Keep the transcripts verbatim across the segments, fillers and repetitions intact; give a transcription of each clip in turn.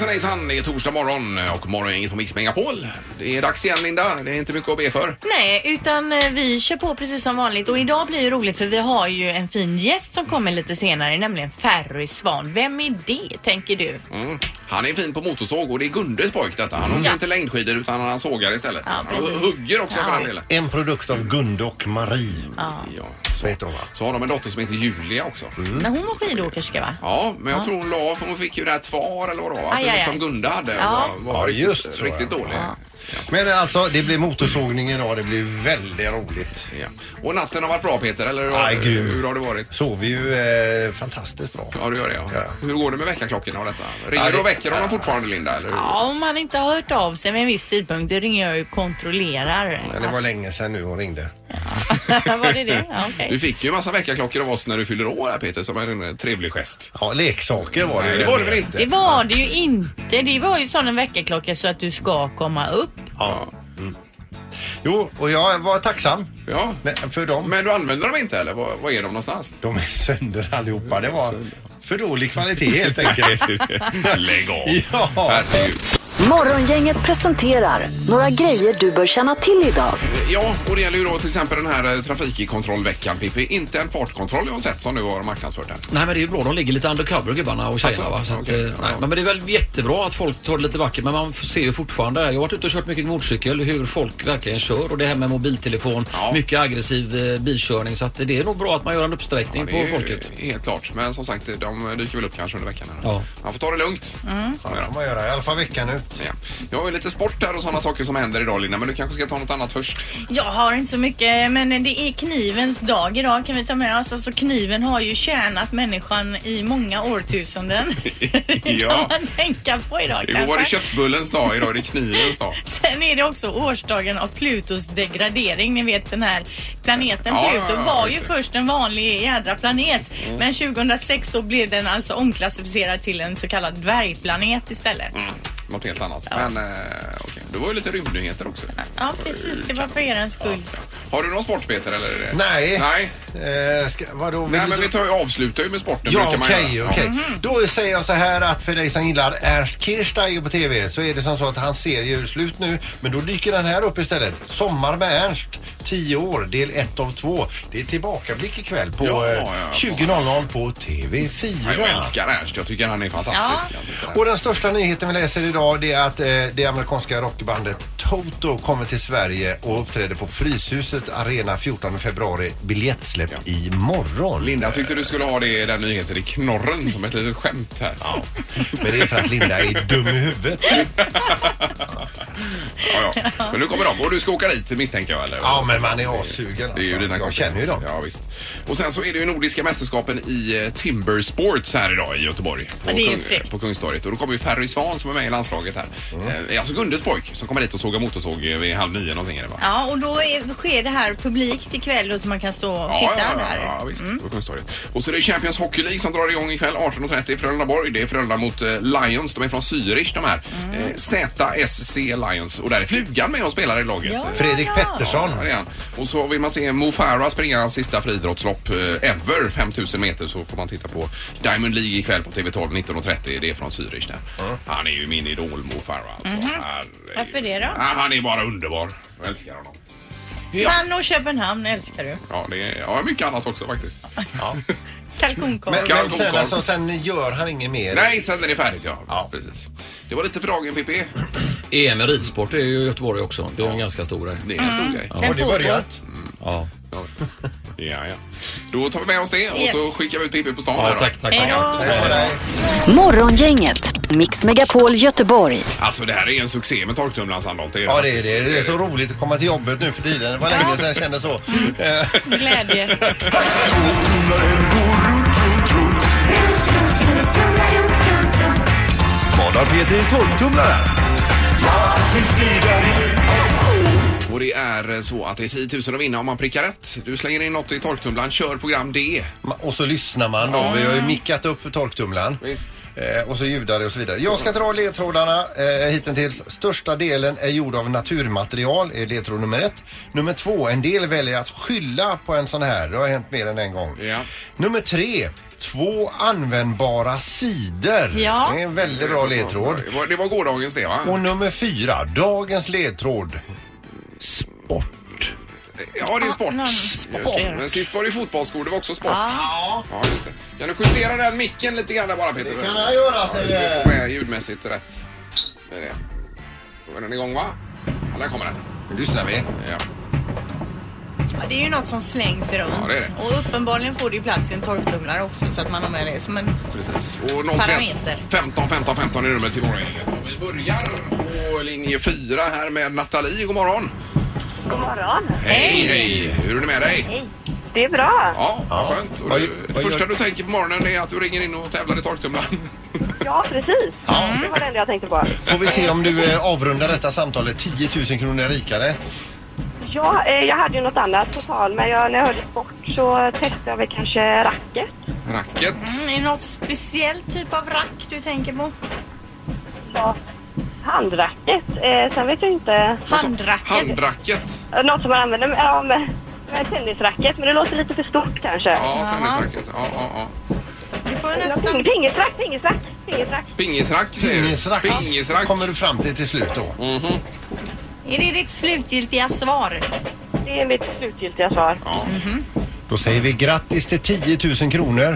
Hejsan hejsan, det är torsdag morgon och morgongänget på Mix Megapol. Det är dags igen, Linda, det är inte mycket att be för. Nej, utan vi kör på precis som vanligt. Och idag blir det roligt för vi har ju en fin gäst som kommer lite senare, nämligen Ferry Svan. Vem är det, tänker du? Mm. Han är fin på motorsåg och det är Gundes pojk detta. Han har ja. inte längdskidor utan han sågar istället. Ja, han hugger också ja. för den delen. En produkt av Gunde och Marie. Ja. Ja. Så heter hon, va? Så har de en dotter som heter Julia också. Mm. Men hon var skidåkerska, va? Ja, men jag ja. tror hon la, för hon fick ju det här tvar eller vad det var. Aj, aj, aj. Som Gunde hade ja. var, var ja, riktigt, just riktigt dålig. Ja. Ja. Men alltså, det blir motorsågning idag. Det blir väldigt roligt. Ja. Och natten har varit bra, Peter, eller hur, Aj, hur, hur har det varit? Sover ju eh, fantastiskt bra. Ja, du gör det, ja. Ja. Hur går det med väckarklockorna och detta? Ringer Ja, du och det- väcker honom ja. fortfarande, Linda? Eller hur? Ja, om man inte har hört av sig med en viss tidpunkt, det ringer jag ju och kontrollerar. Men det var länge sedan nu hon ringde. Var det det? Ja, okay. Du fick ju en massa väckarklockor av oss när du fyller år här, Peter, som en eh, trevlig gest. Ja, leksaker var det. Nej, det var det väl inte? Det var det ju inte. Det var ju sån en väckarklocka så att du ska komma upp. Ja. Mm. Jo, och jag var tacksam Ja. men, för dem. Men du använder dem inte, eller? Var, var är de någonstans? De är sönder allihopa. Det var för dålig kvalitet helt enkelt. Lägg av. Ja. Herregud. Morgongänget presenterar några grejer du bör känna till idag. Ja, och det gäller ju då till exempel den här eh, trafikkontrollveckan, Pippi. Inte en fartkontroll jag har sett som nu har marknadsfört här. Nej, men det är ju bra. De ligger lite undercover, gubbarna och tjejerna. Alltså, Va? Så att, okej. eh, nej. Ja. Men det är väl jättebra att folk tar det lite vackert, men man ser ju fortfarande, jag har varit ute och kört mycket motorcykel, hur folk verkligen kör och det här med mobiltelefon, Ja. mycket aggressiv eh, bilkörning, så att det är nog bra att man gör en uppsträckning Ja, det är på ju folket. helt klart. Men som sagt, de dyker väl upp kanske under veckan. Här. Ja. Man får ta det lugnt. Mm. Ja, det får man göra i alla fall veckan ut. Ja. Jag har ju lite sport här och sådana saker som händer idag, Linda, men du kanske ska ta något annat först. Jag har inte så mycket, men det är knivens dag idag, kan vi ta med oss. Alltså kniven har ju tjänat människan i många årtusenden. Ja. kan man tänka på idag Igår kanske. var det köttbullens dag, idag är det knivens dag. Sen är det också årsdagen av Plutos degradering. Ni vet den här planeten Ja, Pluto ja, ja, var just ju det. först en vanlig jädra planet. Mm. Men tjugohundrasex då blev den alltså omklassificerad till en så kallad dvärgplanet istället. Mm. Något helt annat. Ja. Men eh, okej. Det var ju lite rymdnyheter också. Ja, precis. Det var för er skull. Ja, ja. Har du någon sport, Peter? Eller är det? Nej. Nej. Eh, ska, vadå, vill Nej, du- men vi tar ju, avslutar ju med sporten. Ja, brukar man okej, göra. okej. Ja. Då säger jag så här att för dig som gillar Ernst Kirchsteiger på T V så är det som så att hans serie är slut nu. Men då dyker den här upp istället. Sommar med Ernst. tio år, del ett av två. Det är tillbakablick ikväll på Ja, eh, ja, tjugo noll noll på T V fyra. Ja, jag älskar Ernst. Jag tycker han är fantastisk. Ja. Jag tycker det. Och den största nyheten vi läser idag det är att eh, det amerikanska rockbandet Toto kommer till Sverige och uppträder på Fryshuset Arena fjortonde februari. Biljettsläpp Ja. imorgon. Linda tyckte du skulle ha det, den nyheten i knorren som ett litet skämt här. Ja. Men det är för att Linda är dum i huvudet. Ja, ja. Men nu kommer de och du ska åka dit, misstänker jag, eller? Ja, men man är assugen. Det är ju alltså. dina Jag känner ju dem. Ja, visst. Och sen så är det ju Nordiska mästerskapen i eh, Timber Sports här idag i Göteborg. På, Ja, det är ju Kung- fräckt. på Kungstorget. Och då kommer ju Ferry Svan som är med i landslaget här. Mm. Eh, alltså Gundes pojk som kommer dit och sågar motorsåg eh, vid halv nio någonting är det, va? Ja, och då är, sker det här publikt ikväll då så man kan stå och Ja, titta ja, ja, där. ja, visst. På Kungstorget. Och så är det Champions Hockey League som drar igång ikväll arton och trettio i Frölundaborg. Det är Frölunda mot eh, Lions. De är från Zürich de här. Mm. Eh, Z S C Lions. Och där är Flugan med och spelar i laget. Ja. Fredrik Pettersson. Ja, det är han. Och så vill man se Mo Farah springa hans sista friidrottslopp eh, ever, fem tusen meter, så får man titta på Diamond League ikväll på T V tolv nitton och trettio. Det är från Zürich där. Mm. Han är ju min idol, Mo Farah. Alltså. Mm-hmm. Herregud. Varför det då? Ja, han är bara underbar. Jag älskar honom. Ja, Han och Köpenhamn älskar du. ja, det är ja, mycket annat också faktiskt. Ja. Kalkonkorv. Men, Kan- men sen, alltså, sen gör han inget mer. Nej, sen är det färdigt, ja. Ja. Precis. Det var lite för dagen, Pippi. E M i ridsport är ju i Göteborg också. Det är en ganska stor grej. Det är en stor grej. Har det börjat? Ja. Ja. Ja, ja. Då tar vi med oss det och så Yes. skickar vi ut Pippi på stan. Ja, här då. tack, tack, Hej tack. då. Hej på dig. Morgongänget, Mix Megapol Göteborg. Alltså, det här är en succé med torktumlaren, Sandholt. Ja, det är det. Det är så roligt att komma till jobbet nu för tiden. Det var länge sedan jag kände så. Eh, Glädje. Vad har Peter i torktumlaren? Och det är så att det är tio tusen att vinna om man prickar rätt. Du slänger in något i torktumlaren, kör program D. och så lyssnar man då. Vi har ju mickat upp för torktumlaren. Visst. Eh, och så ljudar det och så vidare. Jag ska dra ledtrådarna eh, hittills. Största delen är gjord av naturmaterial, är ledtråd nummer ett. Nummer två, en del väljer att skylla på en sån här. Det har hänt mer än en gång. Ja. Nummer tre, Två användbara sidor. Ja. Det är en väldigt bra ledtråd. Det var, det var gårdagens det, va? Och nummer fyra, dagens ledtråd. Sport. Ja, det är sport. någon Just sport. det. Men sist var det fotbollsskor, det var också sport. Ja. Ja, just det. Kan du justera den micken lite grann där bara, Peter? Det kan jag göra, säger Få det. med ljudmässigt rätt. Det är det. Då är den igång, va? Ja, där kommer den. Nu lyssnar vi. Ja. Ja, det är ju något som slängs runt. Ja, det är det. Och uppenbarligen får det ju plats i en torktumlare också så att man har med det som en... Precis. Och noll tre ett femton femton femton är numret till morgongänget. Så vi börjar på linje fyra här med Nathalie. God morgon. God morgon. Hej, hej. Hur är det med dig? Hej. Det är bra. Ja, vad skönt. Och Vad- du, vad det första gör- du tänker på morgonen är att du ringer in och tävlar i torktumlaren. Ja, precis. Det var det enda jag tänkte på. Får vi se om du eh, avrundar detta samtalet tio tusen kronor rikare. Ja, eh, jag hade ju något annat på tal, men jag, när jag hörde sport så testade jag väl kanske racket. Racket. Mm, är det något speciellt typ av rack du tänker på? Ja, handracket. Eh, sen vet jag inte. Handracket. Handracket. Eh, Något som man använder med, ja, med, med tennisracket, men det låter lite för stort kanske. Ja, tennisracket. Ja, ja, ja. Du får Någonting- nästan... Pingisrack, pingisrack, pingisrack. Pingisrack säger du? Pingisrack. Pingisrack. Kommer du fram till till slut då? Mhm. Är det ditt slutgiltiga svar? Det är mitt slutgiltiga svar. Ja. Då säger vi grattis till tio tusen kronor.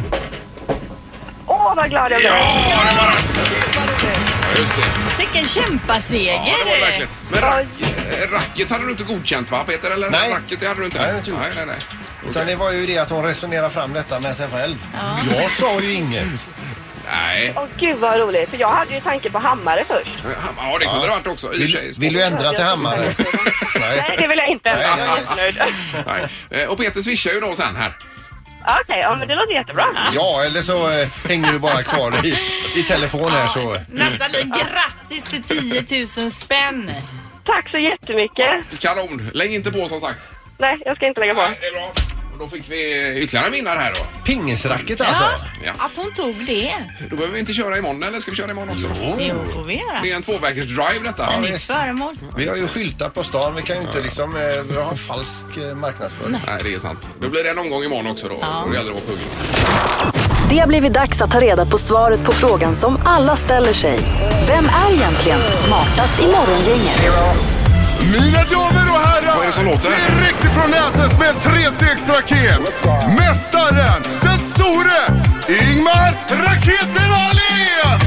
Åh, vad glad jag blev. Ja, det var det. Ja, just det. Vilken kämpaseger! Ja, det var det verkligen. Men rack, eh, racket hade du inte godkänt, va, Peter? Eller? Nej. Racket, det hade du inte. Nej, det har jag inte gjort. nej, nej, nej. Utan det var ju det att hon resonerar fram detta med sig själv. Jag sa ju inget. Nej. Åh, gud vad roligt. För jag hade ju tanke på hammare först. Ja, det kunde det varit också. I och för sig. Vill, vill du ändra till hammare? Nej, det vill jag inte. Nej, Jag nej, är nej. jättenöjd. Nej. Eh, Och Peter swishar ju då sen här. Okej, ja, men det låter jättebra. Ja, eller så eh, hänger du bara kvar i, i telefon här så. Nathalie, grattis till tio tusen spänn! Tack så jättemycket. Kanon. Lägg inte på, som sagt. Nej, jag ska inte lägga på. Nej, det är bra. Och då fick vi ytterligare en vinnare här då. Pingisracket alltså. Ja. Att hon tog det. Då behöver vi inte köra imorgon, eller ska vi köra imorgon också? Jo, får vi göra. Det är en tvåveckors drive detta. Ett nytt visst. föremål. Vi har ju skyltar på stan. Vi kan ju inte liksom eh, ha falsk eh, marknadsföring. Nej, det är sant. Då blir det en omgång imorgon också då. Då gäller det att vara kugg. Det har blivit dags att ta reda på svaret på frågan som alla ställer sig. Vem är egentligen smartast i morgongänget? Mina damer och herrar, Vad är det som låter? direkt ifrån Näset med trestegsraket. Mästaren, den store, Ingmar Raketen Ahlén!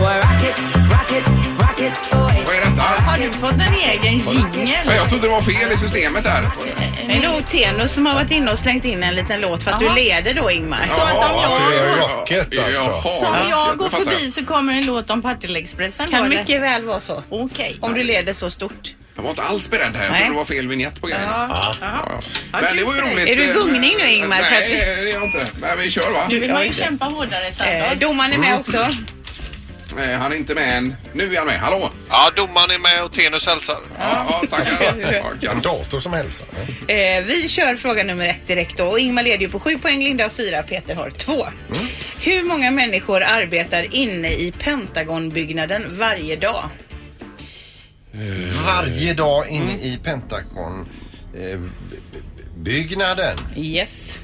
Vad är detta? Har du fått en egen Ja, jingel? jag trodde det var fel i systemet här. Det är nog Tenus som har varit inne och slängt in en liten låt för att Jaha. du leder då, Ingmar. Så att om jag, det är rocket alltså. Jaha, så om rocket, jag går det fattar förbi så kommer en låt om Partille-Expressen då, Kan eller? mycket väl vara så. Okej. Om du leder så stort. Jag var inte alls beredd här. Jag Nej. trodde det var fel vignett på grejen. Ja. Ja. Men kul det var ju för dig. roligt. Är du gungning nu, Ingmar? För Nej, att- det är jag inte. Men vi kör, va? Nu vill man ju kämpa hårdare sen Eh, då. domaren är med också. Nej, han är inte med än. Nu är han med. Hallå? Ja, domaren är med och Tenus hälsar. Ja, ja tackar. Ja, En kan. dator som hälsar. Eh, vi kör fråga nummer ett direkt då. Och Ingmar leder ju på sju poäng, Linda har fyra, Peter har två. Hur många människor arbetar inne i Pentagonbyggnaden varje dag? Varje dag inne i Pentagon eh, b- b- byggnaden. Yes.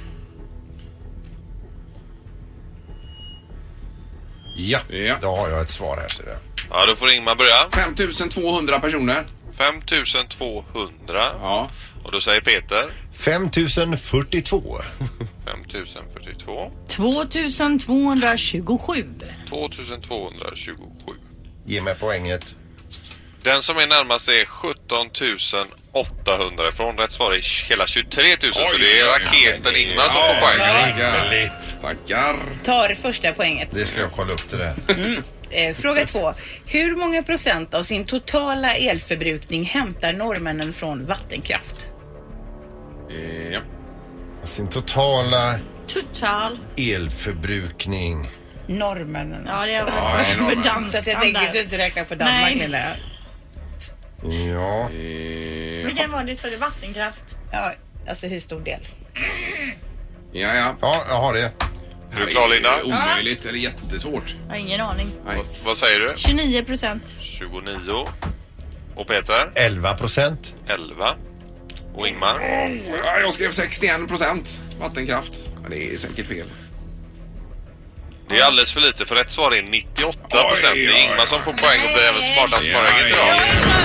Ja, Ja. då har jag ett svar här. Så det. Ja, då får Ingmar börja. fem tusen tvåhundra personer. fem tusen tvåhundra. Ja. Och då säger Peter fem tusen fyrtiotvå. fem tusen fyrtiotvå. två tusen tvåhundratjugosju. två tusen tvåhundratjugosju. Ge mig poänget. Den som är närmast är sjutton tusen åttahundra ifrån. Rätt svar är hela tjugotre tusen. Så Oj, det är oj, oj. raketen Ingmar som får poäng. Tackar. Tackar. Tar första poänget. Det ska jag kolla upp det där. Eh, fråga två. Hur många procent av sin totala elförbrukning hämtar norrmännen från vattenkraft? Ja. Sin totala Total. elförbrukning. Norrmännen. Ja, det är Ja, väl för enormt. Så att jag danskan tänker så där. inte räkna på Danmark, Nej. Linda. Ja. Vilken var det? Så det vattenkraft? Ja, alltså hur stor del? Ja, ja. Ja, jag har det. Här Är du klar, Linda? är omöjligt eller jättesvårt. Jag har ingen aning. Nej. Vad- Vad säger du? tjugonio procent. tjugonio. Och Peter? elva procent. elva. Och Ingmar? Ja, jag skrev sextioen procent vattenkraft. Ja, det är säkert fel. Det är alldeles för lite, för rätt svar är nittioåtta procent. Det är Ingmar som får poäng och blir även smartast morgon idag.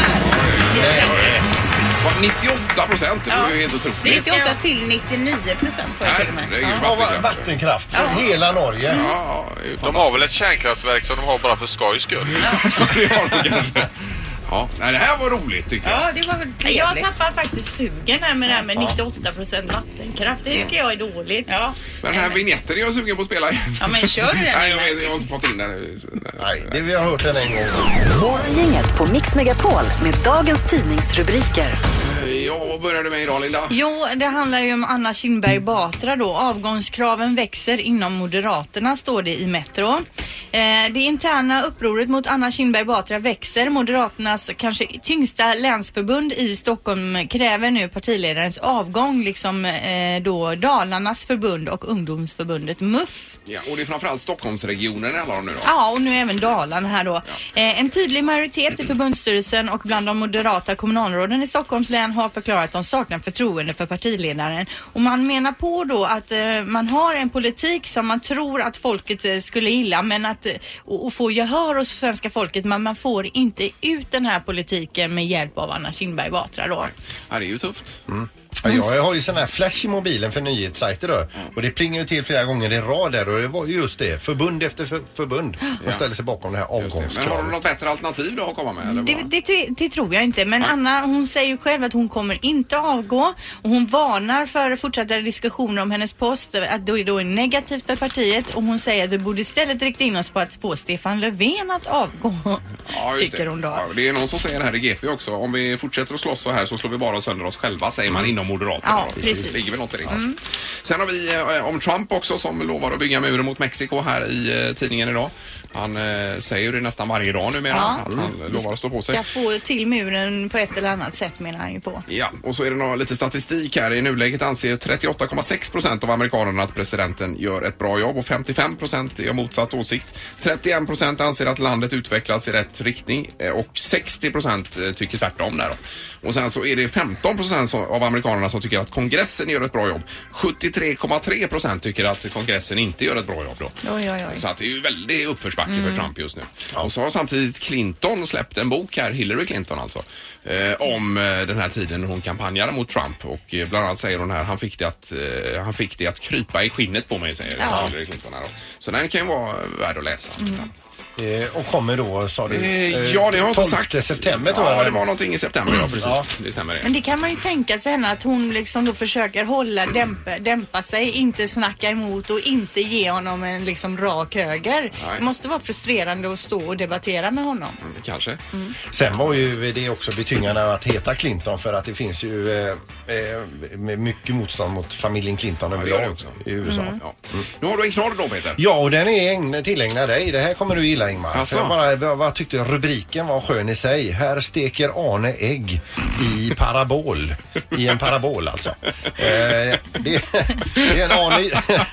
nittioåtta procent, det var ju helt otroligt. nittioåtta till nittionio procent på till och med. Det är ju Ja, vattenkraft. vattenkraft från hela Norge. Ja, det är ju De har väl ett kärnkraftverk som de har bara för skojs skull. det har de kanske. Ja, nej, det här var roligt tycker jag. Ja, det var väl trevligt. Jag tappar faktiskt sugen här med det här med nittioåtta procent vattenkraft. Det tycker jag är dåligt. Ja. Men den här vignetten är jag sugen på att spela igen. Ja, men kör du den? Nej, jag, vet, jag har inte fått in den. Nej, det vi har hört den en gång. Morgongänget på Mix Megapol med dagens tidningsrubriker. Ja, vad börjar du med idag, Linda? Jo, det handlar ju om Anna Kinberg Batra då. Avgångskraven växer inom Moderaterna, står det i Metro. Eh, det interna upproret mot Anna Kinberg Batra växer. Moderaternas kanske tyngsta länsförbund i Stockholm kräver nu partiledarens avgång, liksom eh, då Dalarnas förbund och ungdomsförbundet M U F. Ja, och det är framförallt Stockholmsregionen alla de nu då. Ja, och nu även Dalarna här då. Ja. Eh, en tydlig majoritet i förbundsstyrelsen och bland de moderata kommunalråden i Stockholms län har förklarat att de saknar förtroende för partiledaren. Och man menar på då att eh, man har en politik som man tror att folket eh, skulle gilla, men att eh, och, och få gehör hos svenska folket, men man får inte ut den här politiken med hjälp av Anna Kinberg Batra då. Ja, det är ju tufft. Mm. Ja, jag har ju sån här flash i mobilen för nyhetssajter då. Och det plingar ju till flera gånger i rad där, och det var ju just det. Förbund efter för, förbund och ställer sig bakom det här avgångskravet. Men har du något bättre alternativ då att komma med? Eller Det, det, det, det tror jag inte, men Anna, hon säger ju själv att hon kommer inte avgå, och hon varnar för fortsatta diskussioner om hennes post, att det då är negativt för partiet, och hon säger att vi borde istället rikta in oss på att få Stefan Löfven att avgå. Ja, just tycker det. hon då. Ja, det är någon som säger det här i G P också. Om vi fortsätter att slåss så här så slår vi bara sönder oss själva, säger man inom Moderaterna. Ja, då. precis. Det ligger väl något i det. Mm. Sen har vi eh, om Trump också, som lovar att bygga muren mot Mexiko här i eh, tidningen idag. Han eh, säger det nästan varje dag numera. Ja. Att han lovar att stå på sig. Ska få till muren på ett eller annat sätt, menar han ju på. Ja, och så är det några, lite statistik här. I nuläget anser trettioåtta komma sex procent av amerikanerna att presidenten gör ett bra jobb, och femtiofem procent är motsatt åsikt. trettioen procent anser att landet utvecklas i rätt riktning, och sextio procent tycker tvärtom där då. Och sen så är det femton procent av amerikanerna som tycker att kongressen gör ett bra jobb. sjuttiotre komma tre procent tycker att kongressen inte gör ett bra jobb då. Oj, oj, oj. Så att det är ju väldigt uppförsbacke Mm. för Trump just nu. Ja. Och så har samtidigt Clinton släppt en bok här, Hillary Clinton alltså, eh, om eh, den här tiden hon kampanjade mot Trump, och eh, bland annat säger hon här, han fick det att, eh, han fick det att krypa i skinnet på mig, säger Ja. Hillary Clinton här då. Så den kan ju vara värd att läsa. Mm. Eh, och kommer då, sa du? Eh, ja, det har jag inte sagt. tolfte september tror jag. Ja, det var någonting i september, ja, precis. Ja. Det stämmer det. Men det kan man ju tänka sig henne, att hon liksom då försöker hålla, dämpa, dämpa sig, inte snacka emot och inte ge honom en liksom rak höger. Nej. Det måste vara frustrerande att stå och debattera med honom. Mm, kanske. Mm. Sen var ju det också betyngande att heta Clinton, för att det finns ju eh, eh, med mycket motstånd mot familjen Clinton Ja, det gör det överlag också. i U S A. Ja. Nu har du en knorr då, Peter. Ja, och den är ägn- tillägnad dig. Det här kommer du gilla, Ingmar. Asså? Så jag bara, jag bara tyckte rubriken var skön i sig. Här steker Arne ägg i parabol. I en parabol alltså. Eh, det, det är en Arne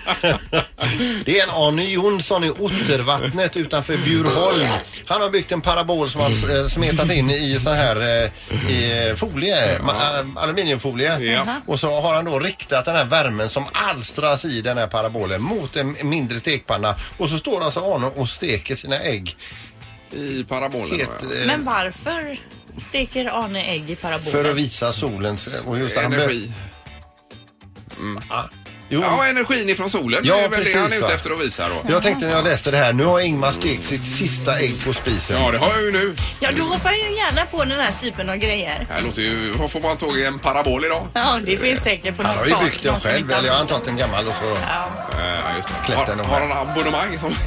Det är en Arne Jonsson i Ottervattnet utanför Bjurholm. Han har byggt en parabol som han eh, smetat in i sån här eh, i folie, ma- aluminiumfolie. Ja. Och så har han då riktat den här värmen som alstras i den här parabolen mot en mindre stekpanna. Och så står alltså Arne och steker sina ägg. I parabolen. Helt, då, ja. eh, Men varför steker Arne ägg i parabolen? för att visa solens och just han Energi. be- ah, jo. Ja, energin ifrån solen. Ja, det är väl precis, det han är ute va? efter att visa då. Jag tänkte när jag läste det här, nu har Ingmar stekt sitt sista ägg på spisen. Ja, det har jag ju nu. Ja, du hoppar ju gärna på den här typen av grejer. Här låter ju... Vad får man tag i en parabol idag? Ja, det finns säkert på Han något har ju sak, byggt den någon som själv, inte eller jag har använder antagit en gammal och så. Ja. Ja, just det. Klätt Har, den och har med. han abonnemang som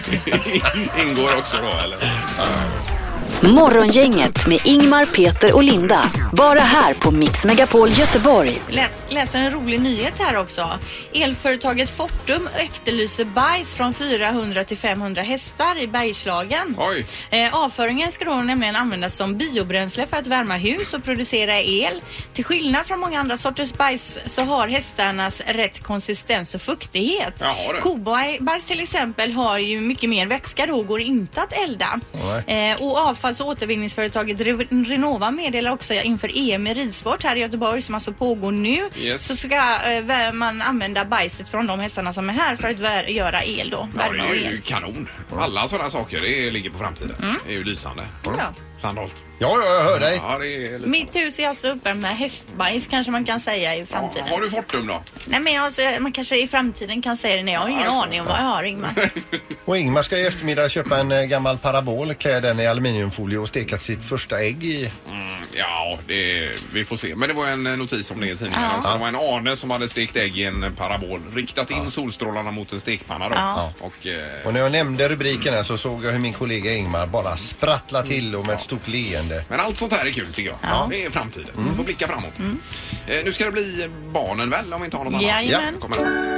ingår också då, eller? Morgongänget med Ingmar, Peter och Linda. Bara här på Mix Megapol Göteborg. Läs, läser en rolig nyhet här också. Elföretaget Fortum efterlyser bajs från fyrahundra till femhundra hästar i Bergslagen. Oj. Eh, avföringen ska då nämligen användas som biobränsle för att värma hus och producera el. Till skillnad från många andra sorters bajs så har hästarnas rätt konsistens och fuktighet. Jaha, det. Kobajs till exempel har ju mycket mer vätska då och går inte att elda. Nej. Eh, och avfalls- och återvinningsföretaget Re- Renova meddelar också inför E M i ridsport här i Göteborg som alltså pågår nu. Yes. Så ska eh, man använda bajset från de hästarna som är här för att vär- göra el då. Ja, Värme det och är ju el. kanon. Alla sådana saker, det ligger på framtiden. Det är ju lysande. Ja. Sandholt. Ja, ja, jag hör dig. Ja, det är lysande. Mitt hus är alltså uppvärmt med hästbajs kanske man kan säga i framtiden. Ja, har du Fortum då? Nej men jag, man kanske i framtiden kan säga det när jag har ingen Alltså. aning om vad jag har, Ingmar. Och Ingmar ska i eftermiddag köpa en eh, gammal parabol, klä den i aluminiumfolie och steka sitt första ägg i. Mm, ja, det, vi får se. Men det var en eh, notis om det i tidningen. Ja. Alltså, det var en Arne som hade stekt ägg i en parabol. Riktat in solstrålarna mot en stekpanna då. Ja. Och, eh, Och när jag nämnde rubriken här så såg jag hur min kollega Ingmar bara sprattla till och med ett stort leende. men allt sånt här är kul tycker jag. Ja. Det är framtiden. Vi får blicka framåt. Eh, nu ska det bli barnen väl om vi inte har något annat. Jajamän. Kommer.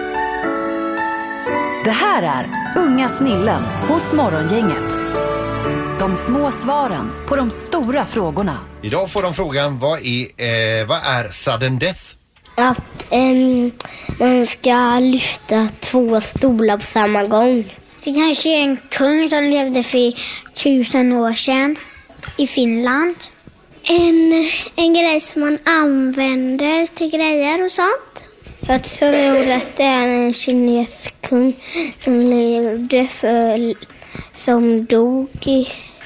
Det här är Unga snillen hos Morgongänget. De små svaren på de stora frågorna. Idag får de frågan, vad är, eh, vad är sudden death? Att um, man ska lyfta två stolar på samma gång. Det kanske är en kung som levde för tusen år sedan i Finland. En, en grej som man använder till grejer och sånt. Jag tror att det är en kinesisk kung som levde för, som dog i,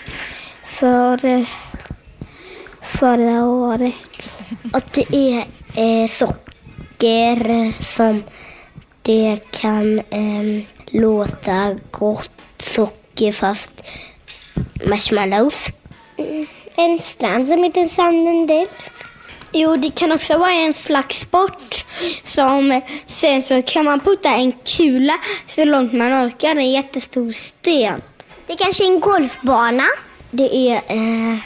för förra året. Och det är eh, socker som det kan eh, låta gott socker fast marshmallows. Mm, en strand som heter Sudden Death. Jo, det kan också vara en slags sport som sen så kan man putta en kula så långt man orkar, en jättestor sten. Det kanske är en golfbana. Det är eh,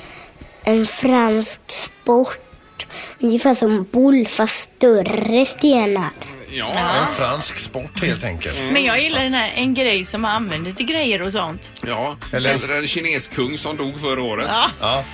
en fransk sport, ungefär som boll fast större stenar. Ja. En fransk sport helt enkelt. Men jag gillar den här, en grej som man använder till grejer och sånt. Ja, Eller- eller en kineskung som dog förra året. Ja. Ja,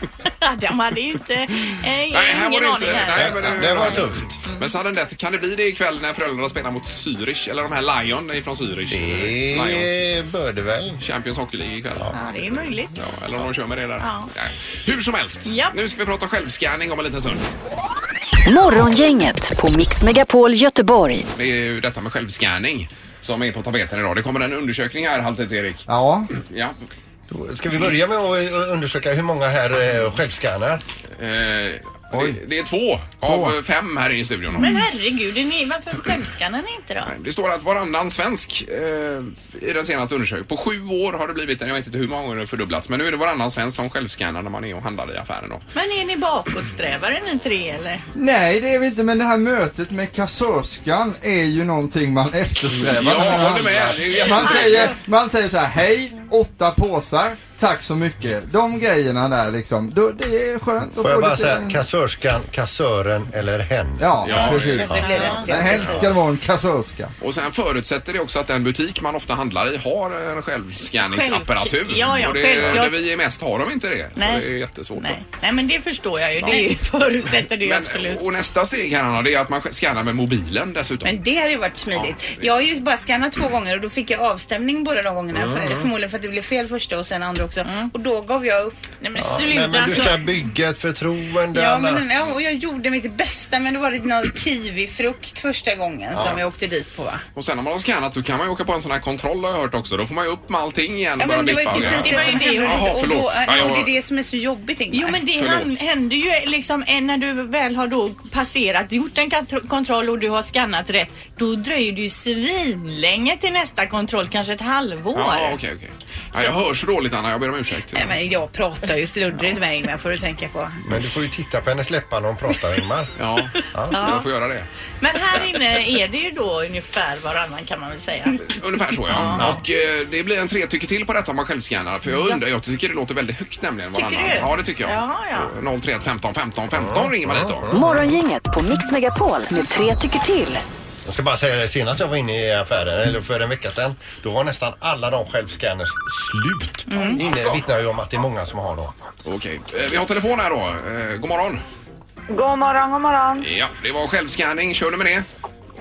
De hade ju inte, eh, Nej, här var ingen det aning inte. här. Nej, men det var tufft. Men sudden death, kan det bli det ikväll när föräldrarna spelar mot Zürich? Eller de här Lion ifrån Zürich? Lions. Det bör det väl. Champions Hockey League ikväll. Ja, det är möjligt. Ja, eller om de kör med det där. Ja. Nej. Hur som helst. Ja. Nu ska vi prata självscanning om en liten stund. Morgongänget på Mix Megapol Göteborg. Det är ju detta med självscanning som är på tapeten idag. Det kommer en undersökning här, Halvtids-Erik. Ja. Ja. Då ska vi börja med att undersöka hur många här eh, självskannar? Eh, det, det är två, av fem här i studion. Men herregud, är ni, varför självskannar ni inte då? Det står att varannan svensk eh, i den senaste undersökningen. På sju år har det blivit, jag vet inte hur många gånger det fördubblats, men nu är det varannan svensk som självskannar när man är och handlar i affären då. Men är ni bakåtsträvare ni tre eller? Nej, det är vi inte, men det här mötet med kassörskan är ju någonting man eftersträvar. Ja, när man jag håller med. handlar. Det är ju Man jättebra. säger, man säger så här: hej, åtta påsar, tack så mycket. De grejerna där liksom, då, det är skönt. Får jag bara säga kassörskan, kassören eller hen? Ja, Ja, precis. Det blir rätt. Men helst ska det vara en kassörska. Och sen förutsätter det också att den butik man ofta handlar i har en självscanningsapparatur. Själv- ja, ja, och det, självklart. där vi är mest har de inte det. Nej. Så det är jättesvårt. Nej. Nej, men det förstår jag ju. Det är ju, förutsätter det ju Men, absolut. och nästa steg här Anna, det är att man scannar med mobilen dessutom. Men det hade ju varit smidigt. Jag har ju bara skannat två gånger och då fick jag avstämning båda de gångerna. Mm. För, förmodligen för att det blev fel första och sen andra också. Och då gav jag upp. Nej, men Ja, sluta. nej, men du ska alltså. bygga ett förtroende. Ja, Anna. men, ja, och jag gjorde mitt bästa, men då var det någon kiwifrukt första gången Ja. som jag åkte dit på, va? Och sen när man har scannat så kan man ju åka på en sån här kontroll har jag hört också. Då får man ju upp med allting igen. Ja, och men det var ju bippa och precis grejer. det som Det var ju det. hände. Jaha, Och, då, förlåt. Ja, jag- och det är det som är så jobbigt, Ingmar. Jo, men det Förlåt. han- händer ju liksom eh, när du väl har då passerat, gjort en kont- kontroll och du har skannat rätt, då dröjer det ju svinlänge till nästa kontroll, kanske ett halvår. Ja, okej, okej. Ja, jag hör så dåligt Anna, jag ber om ursäkt. Nej, men jag pratar ju sluddrigt med Ingmar, får du tänka på. Men du får ju titta på hennes läppar när hon pratar, Ingmar. Ja, jag får göra det. Men här inne är det ju då ungefär varannan kan man väl säga. Ungefär så, ja. Och eh, det blir en tre tycker till på detta om man självscannar. För jag undrar, jag tycker det låter väldigt högt nämligen. Tycker varannan. du? Ja, det tycker jag. Jaha, ja. noll tre ett femton femton femton ringer man dit då. Morgongänget på Mix Megapol med tre tycker till. Jag ska bara säga det, senast jag var inne i affären, eller för en vecka sedan, då var nästan alla de självscanners slut. Mm. Inne vittnar ju om att det är många som har dem. Okej, eh, vi har telefon här då. Eh, god morgon. God morgon, god morgon. Ja, det var självscanning. Kör du med det?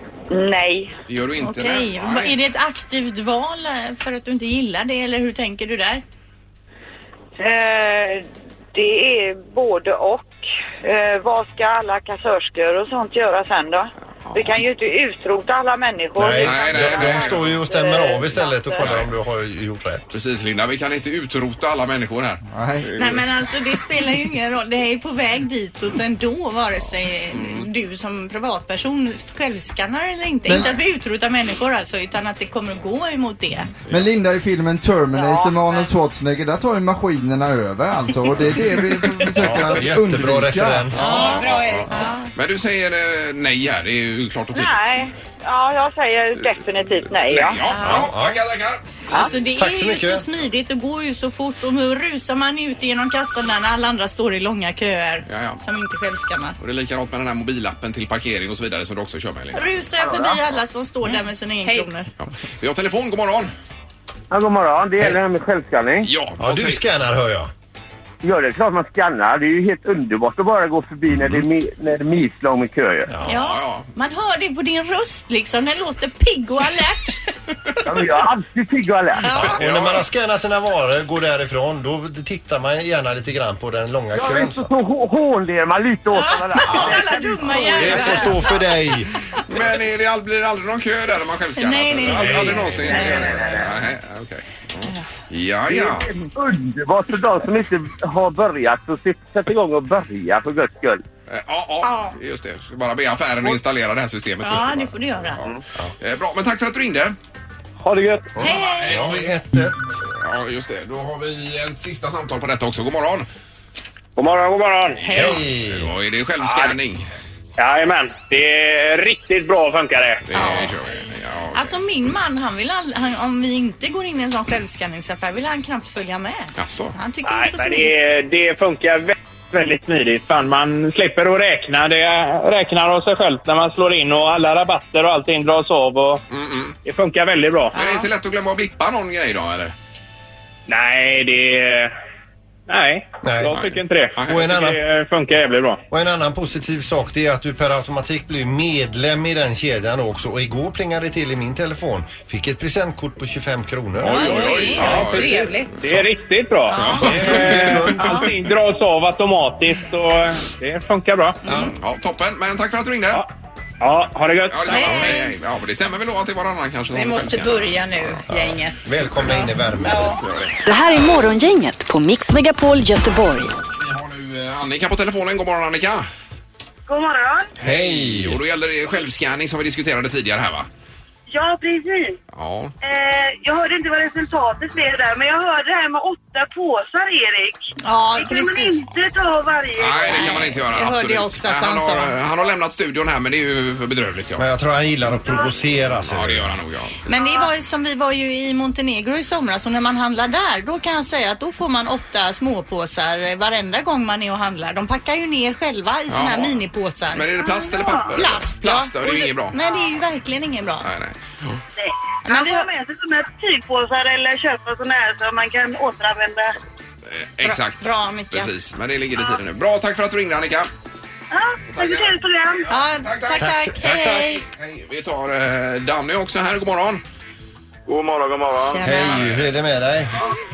Nej. Det gör du inte. Okej, nej. är det ett aktivt val eh, för att du inte gillar det eller hur tänker du där? Eh, det är både och. Eh, vad ska alla kassörskor och sånt göra sen då? Vi kan ju inte utrota alla människor. Nej, nej, nej, de, nej. de står ju och stämmer av istället och kollar om du har gjort rätt. Precis Linda, vi kan inte utrota alla människor här. Nej. Nej men alltså det spelar ju ingen roll. Det är på väg ditåt ändå vare sig Mm. du som privatperson självskannar eller inte. Men- Inte att vi utrotar människor alltså utan att det kommer att gå emot det. Men Linda, i filmen Terminator med Arnold Schwarzenegger, där tar ju maskinerna över alltså. Och det är det vi försöker Ja, jättebra undvika. referens. Ja, bra Erik. Men du säger eh, nej här, det är ju klart och tydligt. Nej, ja jag säger definitivt nej. Ja. Ja, ja, tackar, tackar. Alltså det Tack är så ju mycket. så smidigt och går ju så fort och nu rusar man ut genom kassan där när alla andra står i långa köer Ja, ja. som inte självskannar. Och det är likadant med den här mobilappen till parkering och så vidare som du också kör med Linda. Rusar jag förbi alla som står där med sina enkronor. Ja. Vi har telefon, god morgon. Ja, god morgon. Det gäller det här med självskanning. Ja, Ja, du scannar hör jag. Ja, det är klart man skannar. Det är ju helt underbart att bara gå förbi när det är, mi- när det är milslång med köer. Ja. Ja, man hör det på din röst liksom. Den låter pigg och alert. Ja, men jag är alltid pigg och alert. Och när man har scannat sina varor, går därifrån, då tittar man gärna lite grann på den långa Jag kön. vet inte, så hå- hånler man lite åt alla där. Alla dumma Det jävlar. får stå för dig. Men är det, all- blir det aldrig någon kö där när man själv skannar? Nej, nej, nej. Aldrig, aldrig någonsin? Nej, nej, nej. Nej, okej. Ja, ja. Underbart för de som inte har börjat så sätt igång och börja för guds skull. Eh, Ja, ja, just det. Ska bara be affären att installera det här systemet först. Ja, bara. det får du göra. Eh, Bra, men tack för att du ringde. Ha det gött. Hej! Ja, ett, ett. Ja, just det. Då har vi ett sista samtal på detta också. God morgon. God morgon, god morgon. Hej! Då är det självscanning. Jajamän, det är riktigt bra funkar det. Det kör vi. Ja, Alltså min man, han vill all, han, om vi inte går in i en sån självskanningsaffär vill han knappt följa med. Jaså? Han tycker det är Nej, så men smidigt. det, det funkar väldigt, väldigt smidigt. Fan, man slipper att räkna. Det räknar av sig själv när man slår in och alla rabatter och allting dras av. Och det funkar väldigt bra. Men är det inte lätt att glömma att blippa någon grej då, eller? Nej, det... Nej, Nej. jag tycker inte det. Och en annan- Det funkar jävligt bra. Och en annan positiv sak det är att du per automatik blir medlem i den kedjan också. Och igår plingade det till i min telefon. Fick ett presentkort på tjugofem kronor. Oj, oj, oj. Ja, det- Trevligt. Det är riktigt bra. Ja. Eh, Allting dras av automatiskt och det funkar bra. Ja, toppen. Men tack för att du ringde. Ja. Ja, ha det gött. Ja, det, hej. Hej, hej. Ja, men det stämmer väl då att det var annan kanske. Vi som måste självskannar. börja nu, gänget. Välkomna in i värmen. Det här är Morgongänget på Mix Megapol Göteborg. Vi har nu eh, Annika på telefonen. God morgon, Annika. God morgon. Hej! Och då gäller det självscanning som vi diskuterade tidigare här, va? Ja, precis. Ja. Eh, jag hörde inte vad resultatet blev där, men jag hörde det här med åtta påsar, Erik. Ja, Det kan man precis. inte ta varje Nej, det kan man inte göra. Jag hörde absolut. också att Nej, han han, sa. har, han har lämnat studion här, men det är ju för bedrövligt. Ja, Men jag tror han gillar att provocera sig. ja det gör han nog, ja. Men det var ju som vi var ju i Montenegro i somras och när man handlar där då kan jag säga att då får man åtta småpåsar varenda gång man är och handlar. De packar ju ner själva i såna här Ja. minipåsar. Men är det plast eller papper? Plast, Plast, ja. ja, det är ju Och inget bra. Nej, det är ju verkligen ingen bra. Nej, nej. Nej. Men Man vi får har- med sig sådana här tygpåsar eller köpa sådana här så man kan återanvända. Eh, Exakt. Bra, Annika. Precis, men det ligger i tiden nu. Bra, tack för att du ringde, Annika. Ja, tack för trevligt program. Ja, Tack, tack, tack. tack. Hej. Hej, vi tar eh, Danny också här. God morgon. God morgon, god morgon. Hej, hur är det med dig?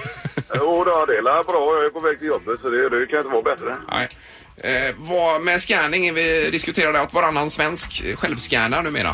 Jo då, det är bra. Jag är på väg till jobbet så det, det kan inte vara bättre. Nej. Eh, vad med scanning, vi diskuterade att varannan svensk självscannar numera.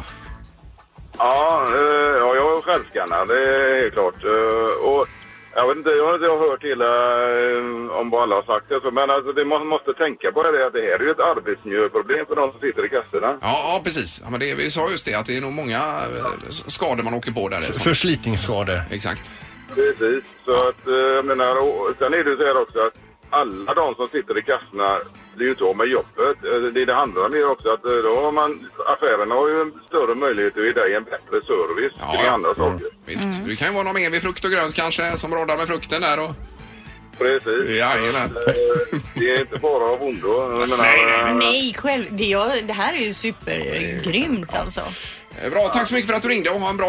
Ja, eh, ja, jag är självskannad, det är helt klart. Eh, och jag vet inte, jag har inte hört hela eh, om vad alla har sagt, alltså, men alltså, det, man måste tänka på det att det här är ju ett arbetsmiljöproblem för de som sitter i kassorna. Ja, ja precis. Ja, men det, vi sa just det, att det är nog många eh, skador man åker på där. Det är som- Förslitningsskador. Exakt. Precis, så att eh, jag menar, och sen är det ju så här också att alla de som sitter i kassorna blir ju så med jobbet. Eh, Det det handlar om är också att eh, då har man, affärerna har ju en större möjlighet att ge dig en bättre service Ja, till ja. andra saker. Visst. Det kan ju vara någon mer vid frukt och grönt kanske som råddar med frukten där och... Precis. Jajamän. Eh, Det är inte bara av ondo. Jag menar, eh, Nej, själv. Det, jag, det här är ju supergrymt alltså. Eh, Bra, tack så mycket för att du ringde och ha en bra dag.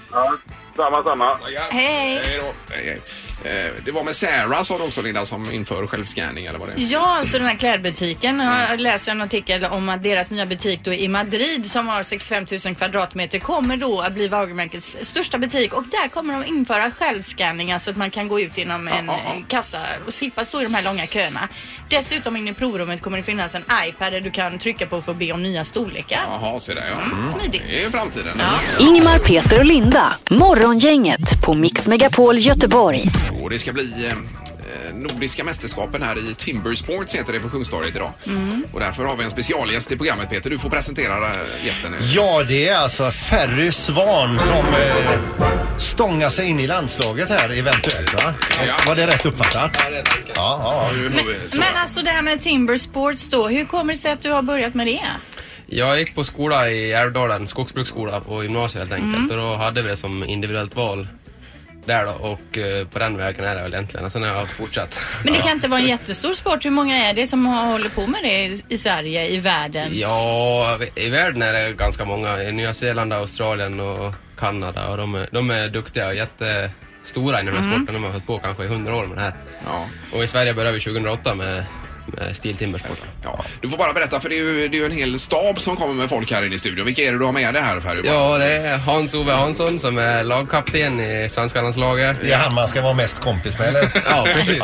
Ja, samma, samma. Hej. Hej då. Hej, hej. Eh, Det var med Sarah, sa du också, Linda, som inför självscanning eller vad det är? Ja, alltså den här klädbutiken. Jag läser en artikel om att deras nya butik då i Madrid som har sextiofem tusen kvadratmeter kommer då att bli varumärkets största butik, och där kommer de införa självscanning så att man kan gå ut genom en ja, ja. kassa och slippa stå i de här långa köerna. Dessutom in i provrummet kommer det finnas en iPad där du kan trycka på för att be om nya storlekar. Jaha, så där, ja. Mm, smidigt. Det är framtiden. Ja. Ingmar, Peter och Linda. Morgongänget på Mix Megapol Göteborg. Och det ska bli eh, Nordiska mästerskapen här i Timber Sports, heter det på Kungstorget idag. Mm. Och därför har vi en specialgäst i programmet, Peter. Du får presentera eh, gästen nu. Ja, det är alltså Ferry Svan som eh, stångar sig in i landslaget här eventuellt, va? Ja. Var det rätt uppfattat? Ja, det tänker jag. Ja, ja. Nu får vi- så. Men alltså det här med Timber Sports då, hur kommer det sig att du har börjat med det? Jag gick på skola i Älvdalen, skogsbruksskola på gymnasiet helt enkelt. Och då hade vi det som individuellt val där då, och eh, på den vägen är det väl egentligen. Och sen har jag fortsatt. Men det kan inte vara en jättestor sport. Hur många är det som har hållit på med det i, i Sverige, i världen? Ja, i världen är det ganska många. I Nya Zeeland, Australien och Kanada. Och de är, de är duktiga och jättestora i den här Mm. sporten. De har hållit på kanske i hundra år med det här. Ja. Och i Sverige började vi tjugohundraåtta med, med Steel Timbersport. Ja. Du får bara berätta, för det är ju, det är ju en hel stab som kommer med folk här inne i studion. Vilka är det du har med det här, Ferry? Ja, det är Hans-Ove Hansson som är lagkapten i svenska landslaget. Det är han man ska vara mest kompis med, eller? Ja, precis.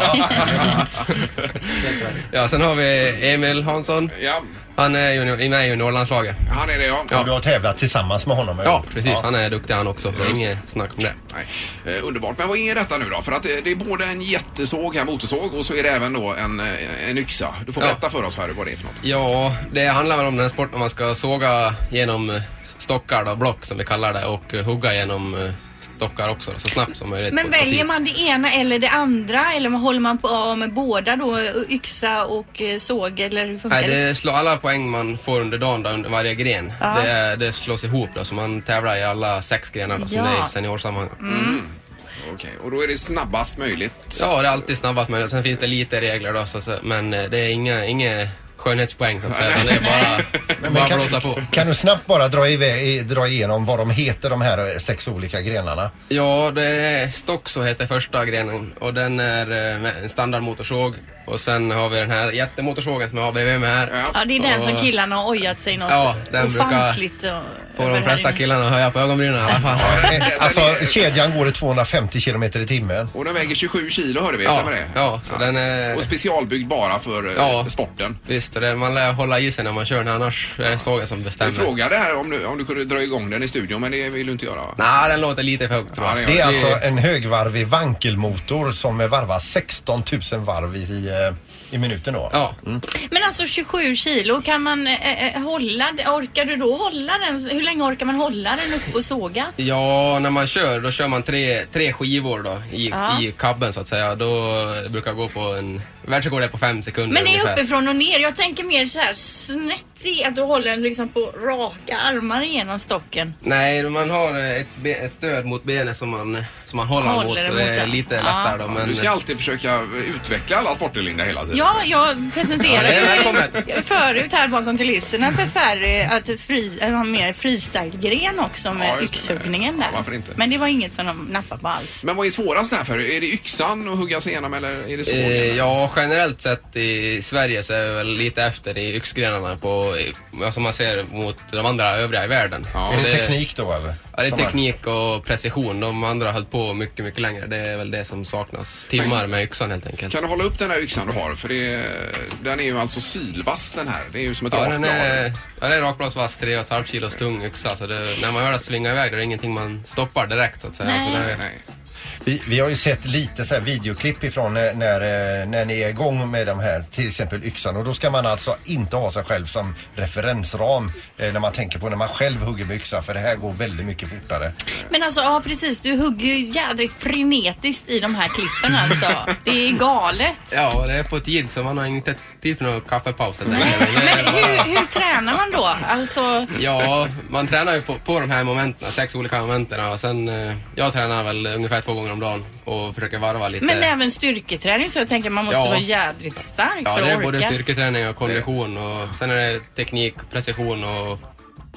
Ja, sen har vi Emil Hansson. Ja. Han är junior, i med i juniorlandslaget. Han är det, ja. Och du har tävlat tillsammans med honom? eller? Ja, precis. Ja. Han är duktig han också, så inget snack om det. Nej. Eh, underbart. Men vad är detta nu då? För att eh, det är både en jättesåg här, motorsåg, och så är det även då en, eh, en yxa. Du får Ja. berätta för oss, Ferry, vad det är för något. Ja, det handlar väl om den sporten man ska såga genom stockar då, block som vi kallar det, och eh, hugga genom eh, stockar också då, så snabbt som möjligt. Men på- på väljer tid. man det ena eller det andra, eller håller man på med båda då, yxa och eh, såg, eller hur funkar Nej, det? det slår alla poäng man får under dagen då, under varje gren. Ja. Det, är- det slås ihop då, så man tävlar i alla sex grenar då, som Ja. det är i seniorsammanhang. Mm. Okej, och då är det snabbast möjligt. Ja, det är alltid snabbast möjligt. Sen finns det lite regler då, så, så, men eh, det är inga, inga skönhetspoäng så att säga. utan Det är bara, Men bara kan, blåsa på. kan du snabbt bara dra, iväg, dra igenom vad de heter, de här sex olika grenarna? Ja, det är stock så heter första grenen, och den är eh, med en standardmotorsåg. Och sen har vi den här jättemotorsågen som jag har bredvid mig här. Ja, det är den och, som killarna har ojat sig något Ja, den brukar ofantligt. Och, Får över de här flesta inne. killarna höja på ögonbrynen i alla fall. Alltså kedjan går i tvåhundrafemtio kilometer i timmen. Och den väger tjugosju kilo, hörde vi, Ja, stämmer det? ja, så den är- Och specialbyggd bara för eh, Ja. sporten. Visst, och det, man lär hålla i sig när man kör den, annars är det sågen som Vi bestämmer. frågade här om du, om du kunde dra igång den i studion, men det vill du inte göra, va? Nej, den låter lite för högt tror jag. Ja, Det är det- alltså en högvarvig vankelmotor som varvar sexton tusen varv i, eh, i minuten då. Ja. Men alltså tjugosju kilo, kan man eh, eh, hålla, orkar du då hålla den? Hur länge orkar man hålla den upp och såga? Ja, när man kör, då kör man tre, tre skivor då i, Ja. i kabben så att säga. Då det brukar gå på en, världsrekord är på fem sekunder Men det är ungefär. uppifrån och ner. Jag tänker mer så här snett i att du håller den liksom på raka armar genom stocken. Nej, man har ett, be, ett stöd mot benet som man, som man håller, Håller mot, så emot det är den. lite Ja. lättare då. Men, Du ska alltid försöka utveckla alla sporter, Linda, hela tiden. Ja, jag presenterade Ja, det är ju välkommet. förut här bakom kulisserna för Ferry att fri, att ha mer freestyle-gren också med Ja, just det. yxhuggningen där. Ja, varför inte? Men det var inget som de nappade på alls. Men vad är svårast här för? Är det yxan att hugga sig igenom, eller är det sågen? Eh, ja, generellt sett i Sverige så är vi väl lite efter i yxgrenarna på, alltså man ser mot de andra övriga i världen. Ja. Så Är det teknik då eller? Ja, det är Som man- teknik och precision. De andra har hållit på mycket, mycket längre. Det är väl det som saknas. Timmar med yxan helt enkelt. Kan du hålla upp den här yxan du har? För det, den är ju alltså sylvass, den här. Det är ju som ett Ja, rakt den blad. är, ja, det är rakbladsvass, tre och ett halvt kilos tung yxa. Så det, när man hör det svinga iväg, det är ingenting man stoppar direkt så att säga. Nej. Så det, Nej. Vi, vi har ju sett lite så här videoklipp ifrån när, när, eh, när ni är igång med de här, till exempel yxan. Och då ska man alltså inte ha sig själv som referensram eh, när man tänker på när man själv hugger med yxa. För det här går väldigt mycket fortare. Men alltså, ja precis, du hugger ju jädrigt frenetiskt i de här klippen alltså. Det är galet. ja, det är på tid så man har inte tid för någon kaffepaus helt enkelt. Det är Men bara- hur, hur tränar man då? Alltså, Ja, man tränar ju på, på de här momenten, sex olika momenten. Och sen, eh, jag tränar väl ungefär två gånger om dagen och försöker varva lite. men även styrketräning, så jag tänker man måste Ja. vara jädrigt stark Ja, för det att är både orka. styrketräning och kondition och sen är det teknik, precision och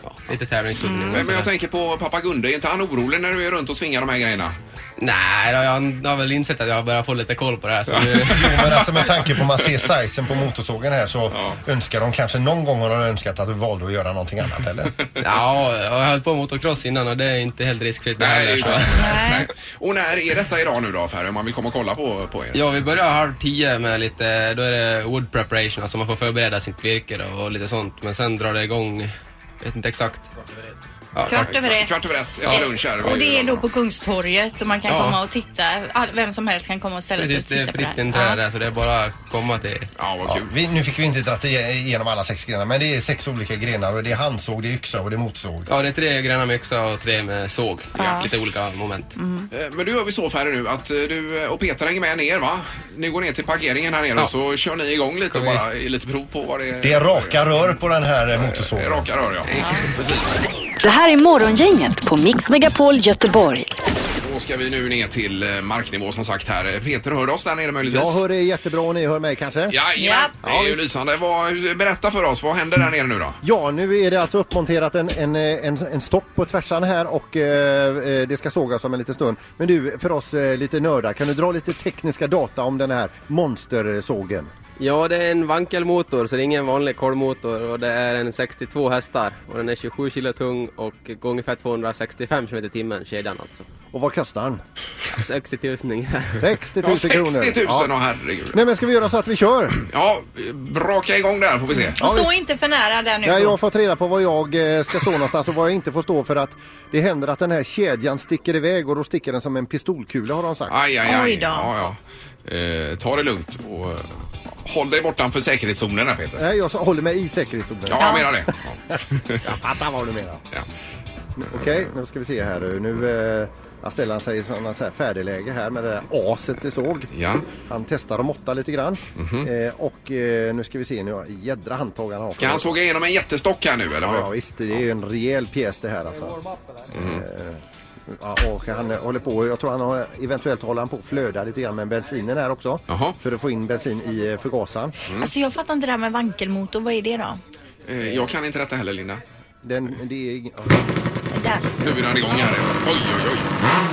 ja, lite tävlingskunnighet. Mm. Men, men jag tänker på pappa Gunde, är inte han orolig när du är runt och svingar de här grejerna? Nej, då, jag har väl insett att jag börjar få lite koll på det här. Så nu... Men alltså med tanke på man ser sizen på motorsågen här så ja. önskar de kanske någon gång har de önskat att du valde att göra någonting annat, eller? Ja, jag har hållit på motocross innan och det är inte helt riskfritt. Nej, heller, det är så. Nej. Och när är detta idag nu då, Ferry, om man vill komma och kolla på, på er? Ja, vi börjar halv tio med lite, då är det wood preparation, alltså man får förbereda sitt virke och lite sånt. Men sen drar det igång, jag vet inte exakt. Ja, kvart över ett. Kvart över ett efter lunch här. Och det är då på Kungstorget och man kan ja. komma och titta. All, vem som helst kan komma och ställa Precis, sig och titta det är fritt på det här. inträde, ja. Så det är bara att komma till. Ja, vad kul. Ja, vi, nu fick vi inte dra igenom alla sex grenar, men det är sex olika grenar och det är handsåg, det är yxa och det är motorsåg. Ja, det är tre grenar med yxa och tre med såg. Ja. Lite olika moment. Mm. Men du gör vi så, Ferry, nu att du och Peter hänger med ner, va? Ni går ner till parkeringen här nere ja. och så kör ni igång lite och bara lite prov på vad det är. Det är raka rör på den här motorsågen. Raka rör, ja. ja. Precis. Det här är Morgongänget på Mix Megapol Göteborg. Då ska vi nu ner till marknivå som sagt här. Peter, hör oss där nere möjligtvis? Jag hör det jättebra och ni hör mig kanske? Ja, ja. Det är ju lysande. Vad, berätta för oss, vad händer där nere nu då? Ja, nu är det alltså uppmonterat en, en, en, en stopp på tvärsan här och eh, det ska sågas om en liten stund. Men du, för oss eh, lite nördar, kan du dra lite tekniska data om den här monstersågen? Ja, det är en vankelmotor så det är ingen vanlig kolmotor och det är en sextiotvå hästar och den är tjugosju kilo tung och går ungefär tvåhundrasextiofem kilometer i timmen, kedjan alltså. Och vad kostar den? Ja, sextio tusen ungefär. sextio tusen kronor. sextio tusen, ja. Herregud. Nej, men ska vi göra så att vi kör? Ja, braka igång där får vi se. Och stå inte för nära där nu. Ja, jag har fått reda på var jag ska stå någonstans och vad jag inte får stå för att det händer att den här kedjan sticker iväg och då sticker den som en pistolkula har de sagt. Aj, aj, aj. Oj då. Ja, ja. Eh, ta det lugnt och håll dig bortan för säkerhetszonen här, Peter. Nej, jag håller mig i säkerhetszonen. Ja, jag menar det. Ja. Jag fattar vad du menar. Ja. Okej, okay, nu ska vi se här. Nu eh, ställer han sig i sådana så här färdigläge här med det där aset i såg. Ja. Han testar dem åtta lite grann. Mm-hmm. eh, och eh, nu ska vi se, nu jädra handtag han har. Ska han såga igenom en jättestock här nu, eller? Ja, ja visst. Det är ju en rejäl pjäs det här alltså. Mm. Eh, Ja, och han håller på, jag tror han har, eventuellt håller han på att flöda lite grann med bensinen här också. Aha. För att få in bensin i förgasaren. Mm. Alltså jag fattar inte det här med vankelmotor, vad är det då? Eh, jag kan inte detta heller, Linda. Den, det är... Ja. Där. Nu är den igång här. Oj, oj, oj.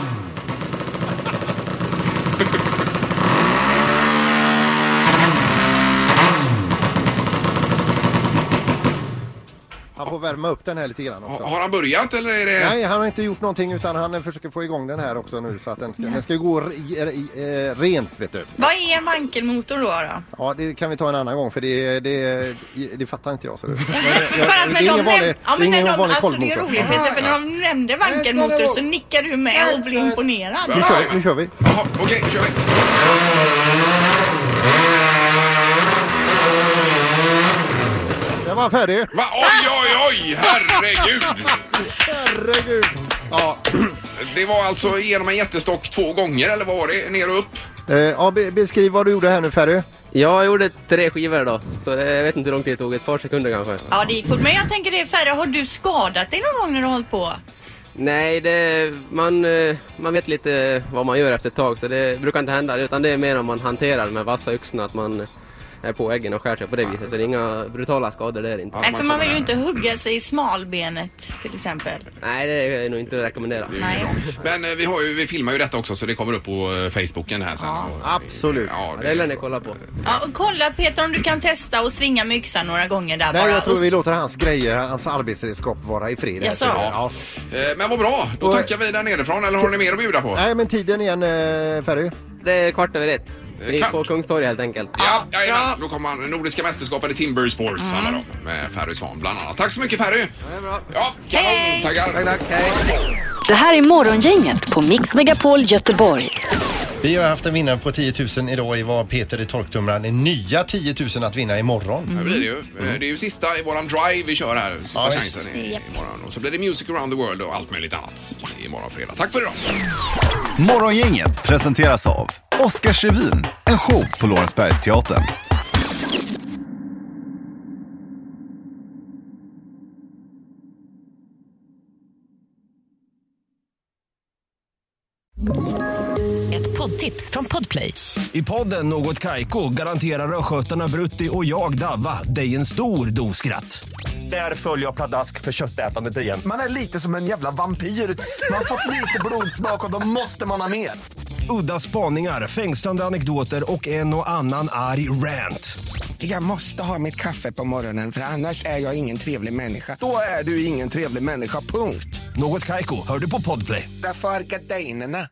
Han får värma upp den här lite grann också. Har han börjat eller är det... Nej, han har inte gjort någonting utan han försöker få igång den här också nu så att den ska, den ska gå re, re, rent, vet du. Vad är en vankelmotor då då? Ja, det kan vi ta en annan gång för det, det, det fattar inte jag. Så det, ja, för, för att, det är ingen vanlig, ja, men ingen de, vanlig alltså, kolvmotor. Det är roligt, Peter, för när de nämnde vankelmotor så nickar du med och blir imponerad. Nu kör vi, nu kör vi. Jaha, okej, okay, kör vi. Jag var färdig. Va? Oj, oj, oj! Herregud! Herregud! Ja. Det var alltså genom en jättestock två gånger, eller vad var det? Ner och upp? Eh, ja, be- beskriv vad du gjorde här nu, Ferry. Jag gjorde tre skivor då, så det, jag vet inte hur lång tid det tog, ett par sekunder kanske. Ja, det gick fort. Men jag tänker det är färre. Har du skadat dig någon gång när du har hållit på? Nej, det, man, man vet lite vad man gör efter ett tag, så det brukar inte hända. Utan det är mer om man hanterar med vassa yxorna, att man är på äggen och skär sig på det viset. Så det är inga brutala skador där inte. Nej, för man vill ju inte hugga sig i smalbenet till exempel. Nej, det är nog inte att rekommendera. Nej. Men vi, har ju, vi filmar ju detta också så det kommer upp på Facebooken här sen. Ja. Absolut. Ja, det lär ni kolla på. Ja, och kolla Peter om du kan testa och svinga med yxan några gånger där. Nej, bara. jag tror vi låter hans grejer, hans arbetsredskap vara i fred. Jag sa. Ja. Men vad bra, då tackar vi där nerifrån. Eller har ni mer att bjuda på? Nej, men tiden igen, Ferry. Det är kvart över ett. Vi är Kvart. på Kungstorget helt enkelt. Ja, ja, ja. Då kommer man Nordiska mästerskapen i Timber Sports mm. då, med Ferry Svan bland annat. Tack så mycket, Ferry. Ja, det är bra. Ja, kanon. Tackar. Tack, tack. Hej. Det här är Morgongänget på Mix Megapol Göteborg. Vi har haft en vinnare på tio tusen idag i vad Peter i torktumlaren. En nya tio tusen att vinna imorgon. Mm. Det blir det ju. Mm. Det är ju sista i våran drive vi kör här. Sista ja, chansen i, imorgon. Och så blir det Music around the world och allt möjligt annat imorgon fredag. Tack för idag. Morgongänget presenteras av Oscarsrevyn, en show på Lorensbergsteatern. Ett poddtips från Podplay. I podden Något Kaiko garanterar röskötarna Brutti och jag Davva dig en stor doskratt. Där följer jag pladask för köttätandet igen. Man är lite som en jävla vampyr. Man har fått lite blodsmak och då måste man ha mer. Udda spaningar, fängslande anekdoter och en och annan arg rant. Jag måste ha mitt kaffe på morgonen för annars är jag ingen trevlig människa. Då är du ingen trevlig människa, punkt. Något Kaiko, hör du på Podplay. Därför är gardinerna.